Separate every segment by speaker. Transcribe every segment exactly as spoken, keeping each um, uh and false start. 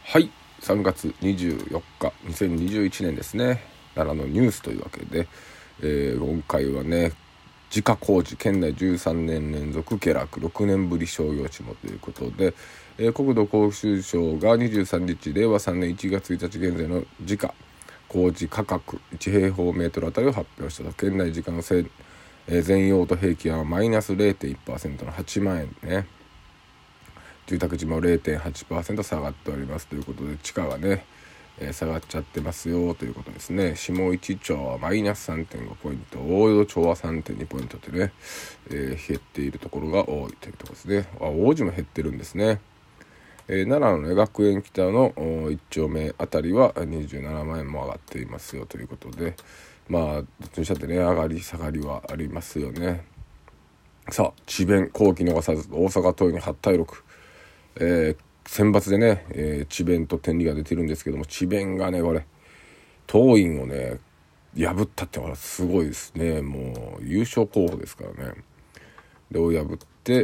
Speaker 1: はい、さんがつにじゅうよっかにせんにじゅういちねんですね。奈良のニュースというわけで、えー、今回はね、自家工事県内じゅうさんねん連続下落、ろくねんぶり商業地もということで、えー、国土交通省がにじゅうさんにちれいわさんねんいちがつついたち現在の自家工事価格いち平方メートルあたりを発表したと。県内自家のせ、えー、全用途平均はマイナス れいてんいちパーセント のはちまんえんね。住宅地も れいてんはちパーセント 下がっておりますということで、地価がね、えー、下がっちゃってますよということですね。下市町はマイナス さんてんご ポイント、大淀町は さんてんに ポイントでね、えー、減っているところが多いというところですね。あ、王子も減ってるんですね。えー、奈良の、ね、学園北のいっ丁目あたりはにじゅうななまんえんも上がっていますよということで、まあどっちにしたってね、上がり下がりはありますよね。さあ、智弁後期逃さず大阪桐蔭にはちたいろく、えー、選抜でね、えー、智弁と天理が出てるんですけども、智弁がねこれ桐蔭をね破ったってのはすごいですね。もう優勝候補ですからね。でを破って、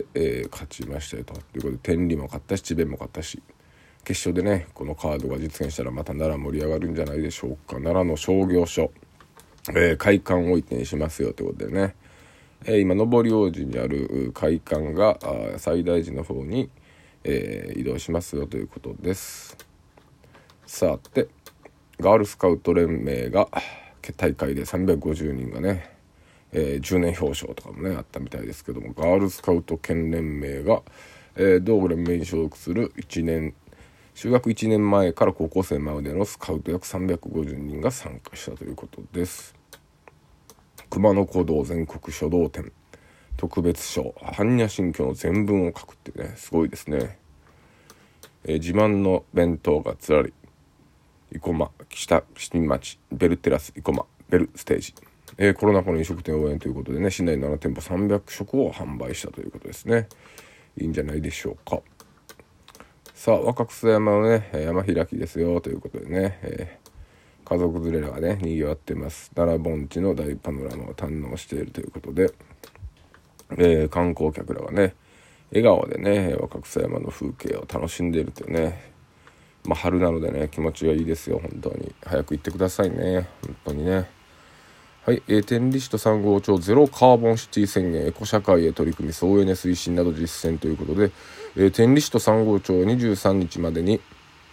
Speaker 1: えー、勝ちましたよということで、天理も勝ったし智弁も勝ったし、決勝でねこのカードが実現したらまた奈良盛り上がるんじゃないでしょうか。奈良の商業所、えー、会館を移転しますよということでね、えー、今上り王子にある会館が最大寺の方にえー、移動しますよということです。さて、ガールスカウト連盟が大会でさんびゃくごじゅうにんがね、えー、じゅうねん表彰とかもねあったみたいですけども、ガールスカウト県連盟が、えー、同連盟に所属するいちねん就学いちねんまえから高校生までのスカウト約さんびゃくごじゅうにんが参加したということです。熊野古道全国書道展特別賞、般若心経の全文を書くってね、すごいですね。えー、自慢の弁当がずらり、生駒、北新町、ベルテラス、生駒、ベルステージ、えー、コロナ禍の飲食店応援ということでね、市内ななてんぽさんびゃくしょくを販売したということですね。いいんじゃないでしょうか。さあ、若草山のね山開きですよということでね、えー、家族連れらがね賑わってます。奈良盆地の大パノラマを堪能しているということで、えー、観光客らがね笑顔でね若草山の風景を楽しんでいるというね、まあ春なのでね気持ちがいいですよ。本当に早く行ってくださいね、本当にね。はい、えー、天理市と三郷町ゼロカーボンシティ宣言、エコ社会へ取り組み総エネ推進など実践ということで、えー、天理市と三郷町はにじゅうさんにちまでに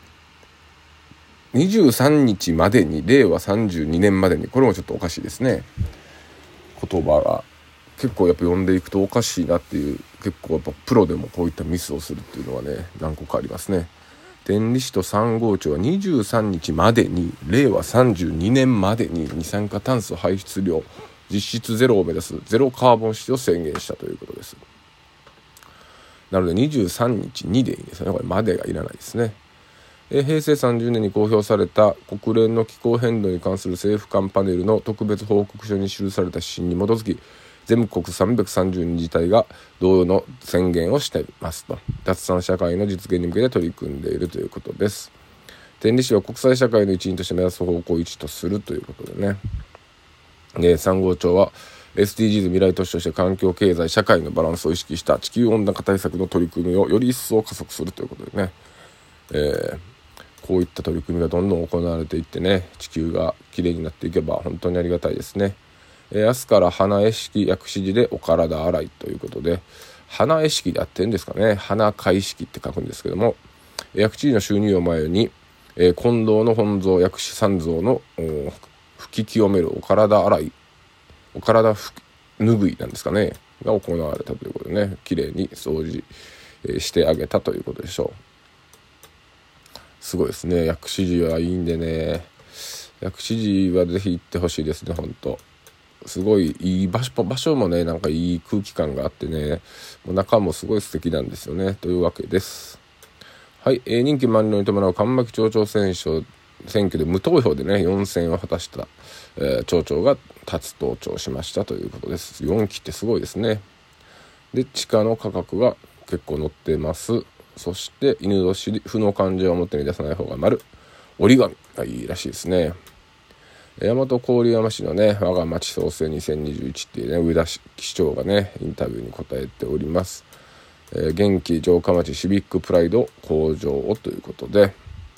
Speaker 1: にじゅうさんにちまでにれいわさんじゅうにねんまでに、これもちょっとおかしいですね、言葉が。結構やっぱ読んでいくとおかしいなっていう、結構やっぱプロでもこういったミスをするっていうのはね何個かありますね。天理市と三郷町はにじゅうさんにちまでにれいわさんじゅうにねんまでに二酸化炭素排出量実質ゼロを目指すゼロカーボンシティを宣言したということです。なのでにじゅうさんにちにでいいですね。これまでがいらないですね。えー、へいせいさんじゅうねんに公表された国連の気候変動に関する政府間パネルの特別報告書に記された指針に基づき、全国さんびゃくさんじゅうに自治体が同様の宣言をしていますと。脱炭素社会の実現に向けて取り組んでいるということです。天理市は国際社会の一員として目指す方向を一致とするということでね。で、三郷町は エスディージーズ 未来都市として環境経済社会のバランスを意識した地球温暖化対策の取り組みをより一層加速するということでね、えー、こういった取り組みがどんどん行われていってね、地球がきれいになっていけば本当にありがたいですね。えー、明日から花絵式薬師寺でお体洗いということで、花絵式であってるんですかね、花会式って書くんですけども、薬師寺の収入を前に、えー、金堂の本蔵薬師三蔵の吹き清めるお体洗い、お体ぬぐいなんですかねが行われたということでね、きれいに掃除、えー、してあげたということでしょう。すごいですね。薬師寺はいいんでね、薬師寺はぜひ行ってほしいですね。本当すごいいい場所、場所もねなんかいい空気感があってね、もう中もすごい素敵なんですよね、というわけです。はい、えー、任期満了に伴う上牧町長選挙選挙で無投票でねよんせんを果たした、えー、町長が初登庁しましたということです。よんきってすごいですね。で、地価の価格が結構載ってます。そして犬年負の漢字を表に出さない方が丸、折り紙がいいらしいですね。大和郡山市のね我が町創生にせんにじゅういちっていうね上田市長がねインタビューに答えております。えー、元気城下町シビックプライド向上をということで、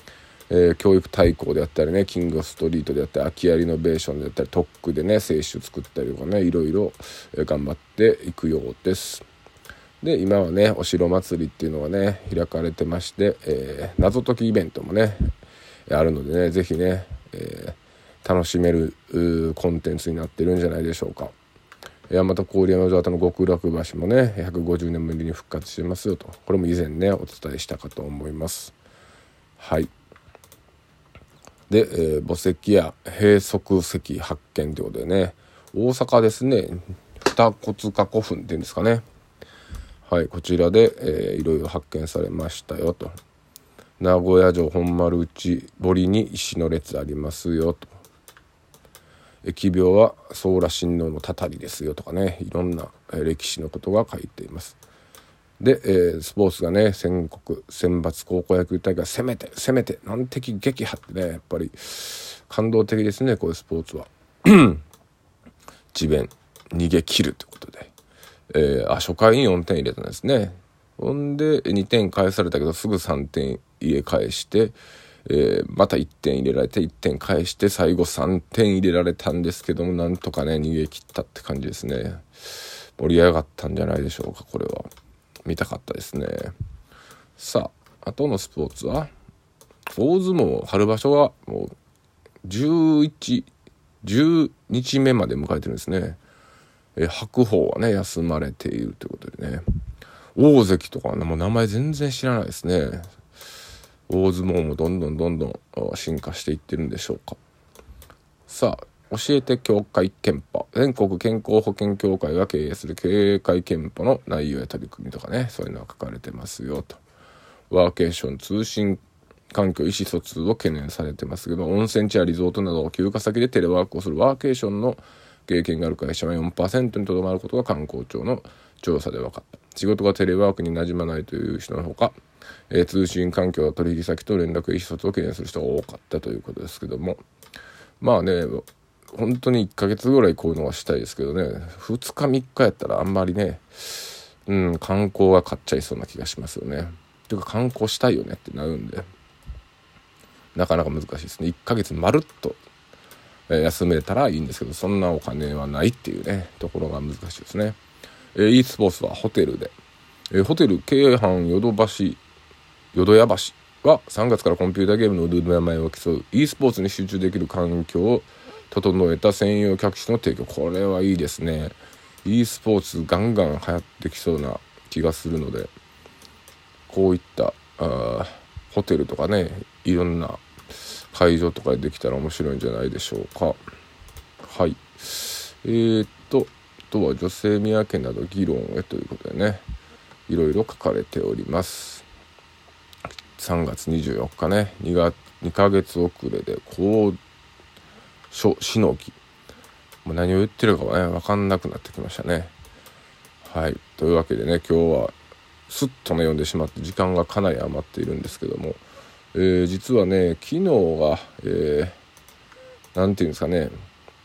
Speaker 1: えー、教育対抗であったりね、キングストリートであったり、空き家リノベーションであったり、特区でね聖書作ったりとかね、いろいろ頑張っていくようです。で今はねお城祭りっていうのがね開かれてまして、えー、謎解きイベントもねあるのでね、ぜひね、えー、楽しめるコンテンツになってるんじゃないでしょうか。大和郡山城跡の極楽橋もねひゃくごじゅうねんぶりに復活してますよと、これも以前ねお伝えしたかと思います。はい。で、えー、墓石や閉塞石発見ということでね、大阪ですね、二骨化古墳っていうんですかね、はい、こちらで、えー、いろいろ発見されましたよと。名古屋城本丸内堀に石の列ありますよと。疫病はソーラ親王のたたりですよとかね、いろんな、えー、歴史のことが書いています。で、えー、スポーツがね、全国選抜高校野球大会攻めて攻めて難敵撃破ってね、やっぱり感動的ですね、こういうスポーツは。智弁逃げ切るということで、えー、あ初回によんてん入れたんですね。ほんでにてん返されたけどすぐさんてん入れ返して、えー、またいってん入れられていってん返して最後さんてん入れられたんですけども、なんとかね逃げ切ったって感じですね。盛り上がったんじゃないでしょうか。これは見たかったですね。さあ、あとのスポーツは大相撲春場所はもうじゅういち、じゅうにちめまで迎えてるんですね。えー、白鵬はね休まれているということでね、大関とかは、ね、もう名前全然知らないですね。大相撲もどんどんどんどん進化していってるんでしょうか。さあ、教えて協会憲法、全国健康保険協会が経営する協会憲法の内容や取り組みとかね、そういうのが書かれてますよと。ワーケーション通信環境意思疎通を懸念されてますけど、温泉地やリゾートなど休暇先でテレワークをするワーケーションの経験がある会社は よんパーセント にとどまることが観光庁の調査で分かった。仕事がテレワークに馴染まないという人のほか、えー、通信環境や取引先と連絡意思疎通を懸念する人が多かったということですけども、まあね本当にいっかげつぐらいこういうのはしたいですけどね、ふつかみっかやったらあんまりね、うん、観光が勝っちゃいそうな気がしますよね。ていうか観光したいよねってなるんで、なかなか難しいですね。いっかげつまるっと休めたらいいんですけど、そんなお金はないっていうねところが難しいですね。えー、e スポーツはホテルで、えー、ホテル京阪淀橋淀屋橋はさんがつからコンピューターゲームのルール名前を競う e スポーツに集中できる環境を整えた専用客室の提供、これはいいですね。 e スポーツガンガン流行ってきそうな気がするので、こういったあホテルとかね、いろんな会場とかでできたら面白いんじゃないでしょうか。はい。えー、っとあとは女性宮家など議論へということでね、いろいろ書かれております。さんがつにじゅうよっかね、にがにかげつ遅れで公所しのぎ、もう何を言ってるかはね分かんなくなってきましたね。はい。というわけでね、今日はすっとね読んでしまって時間がかなり余っているんですけども、えー、実はね昨日が、えー、なんていうんですかね、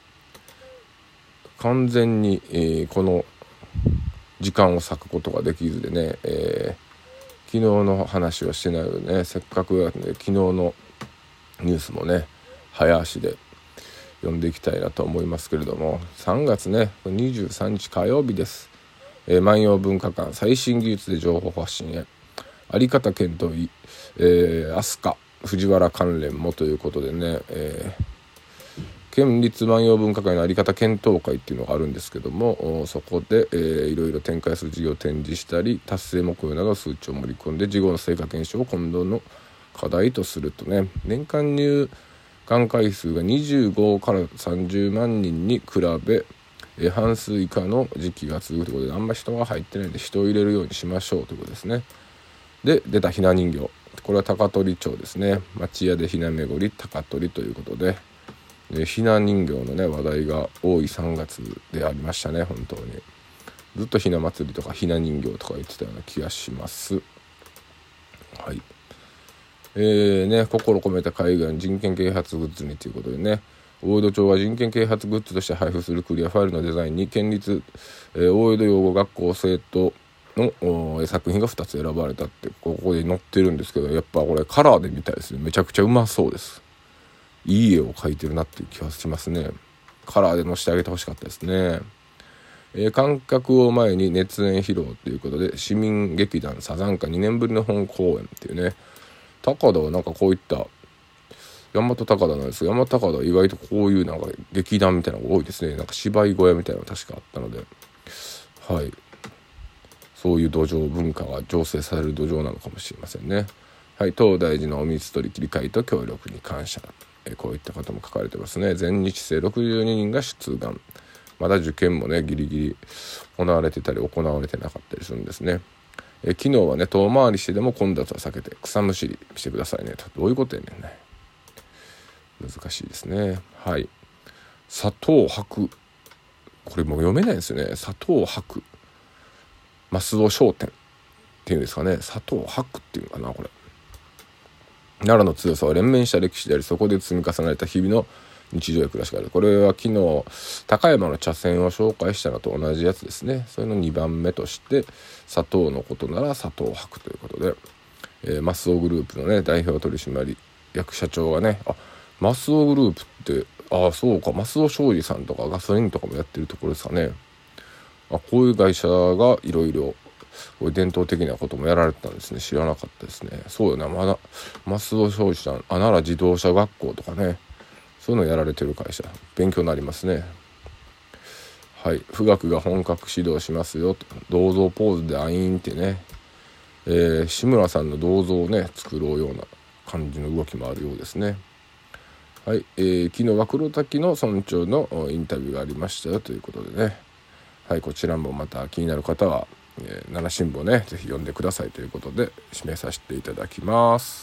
Speaker 1: 完全に、えー、この時間を割くことができずでね、えー、昨日の話はしてないのでね、せっかくなんで昨日のニュースもね早足で読んでいきたいなと思いますけれども、さんがつねにじゅうさんにち火曜日です。えー、万葉文化館最新技術で情報発信へ、あり方検討医、えー、飛鳥藤原関連もということでね、えー県立万葉文化会のあり方検討会っていうのがあるんですけども、そこで、えー、いろいろ展開する事業を展示したり、達成目標など数値を盛り込んで事業の成果検証を今度の課題とするとね、年間入館回数がにじゅうごからさんじゅうまんにんに比べ、えー、半数以下の時期が続くということで、あんまり人が入ってないんで人を入れるようにしましょうということですね。で出たひな人形、これは高取町ですね。町屋でひなめごり高取ということで、ひな人形のね話題が多いさんがつでありましたね。本当にずっとひな祭りとかひな人形とか言ってたような気がします。はい。えーね、心込めた海外人権啓発グッズにということでね、大江戸町が人権啓発グッズとして配布するクリアファイルのデザインに県立、えー、大江戸養護学校生徒の作品がふたつ選ばれたってここで載ってるんですけど、やっぱこれカラーで見たいですね。めちゃくちゃうまそうです。いい絵を描いてるなっていう気がしますね。カラーで載せてあげてほしかったですね。えー、観客を前に熱演披露ということで、市民劇団サザンカにねんぶりの本公演っていうね。高田はなんかこういった大和高田なんですが、大和高田は意外とこういうなんか劇団みたいなのが多いですね。なんか芝居小屋みたいなのが確かあったので、はい、そういう土壌文化が醸成される土壌なのかもしれませんね。はい、東大寺のお水取り切り会と協力に感謝、えー、こういったことも書かれてますね。全日制ろくじゅうににんが出願、まだ受験もねギリギリ行われてたり行われてなかったりするんですね。えー、昨日はね遠回りしてでも混雑は避けて草むしりしてくださいねと。どういうことやねんね。難しいですね。はい、佐藤博、これもう読めないですよね。佐藤博増尾商店っていうんですかね。佐藤博っていうのかな。これ奈良の強さを連綿した歴史であり、そこで積み重ねた日々の日常や暮らしがある。これは昨日高山の茶筅を紹介したのと同じやつですね。それのにばんめとして佐藤のことなら佐藤博ということで、えー、マスオグループのね代表取締役社長がね、あマスオグループってああそうか、マスオ商事さんとかガソリンとかもやってるところですかね。あこういう会社がいろいろこういう伝統的なこともやられてたんですね。知らなかったですね。そうよな、まだマスオ商事さん、あ奈良自動車学校とかね、そういうのやられてる会社、勉強になりますね。はい、富岳が本格指導しますよと。銅像ポーズでアイーンってね、えー、志村さんの銅像をね作ろうような感じの動きもあるようですね。はい、えー、昨日は黒滝の村長のインタビューがありましたよということでね、はい、こちらもまた気になる方は、えー、奈良新聞をねぜひ読んでくださいということで締めさせていただきます。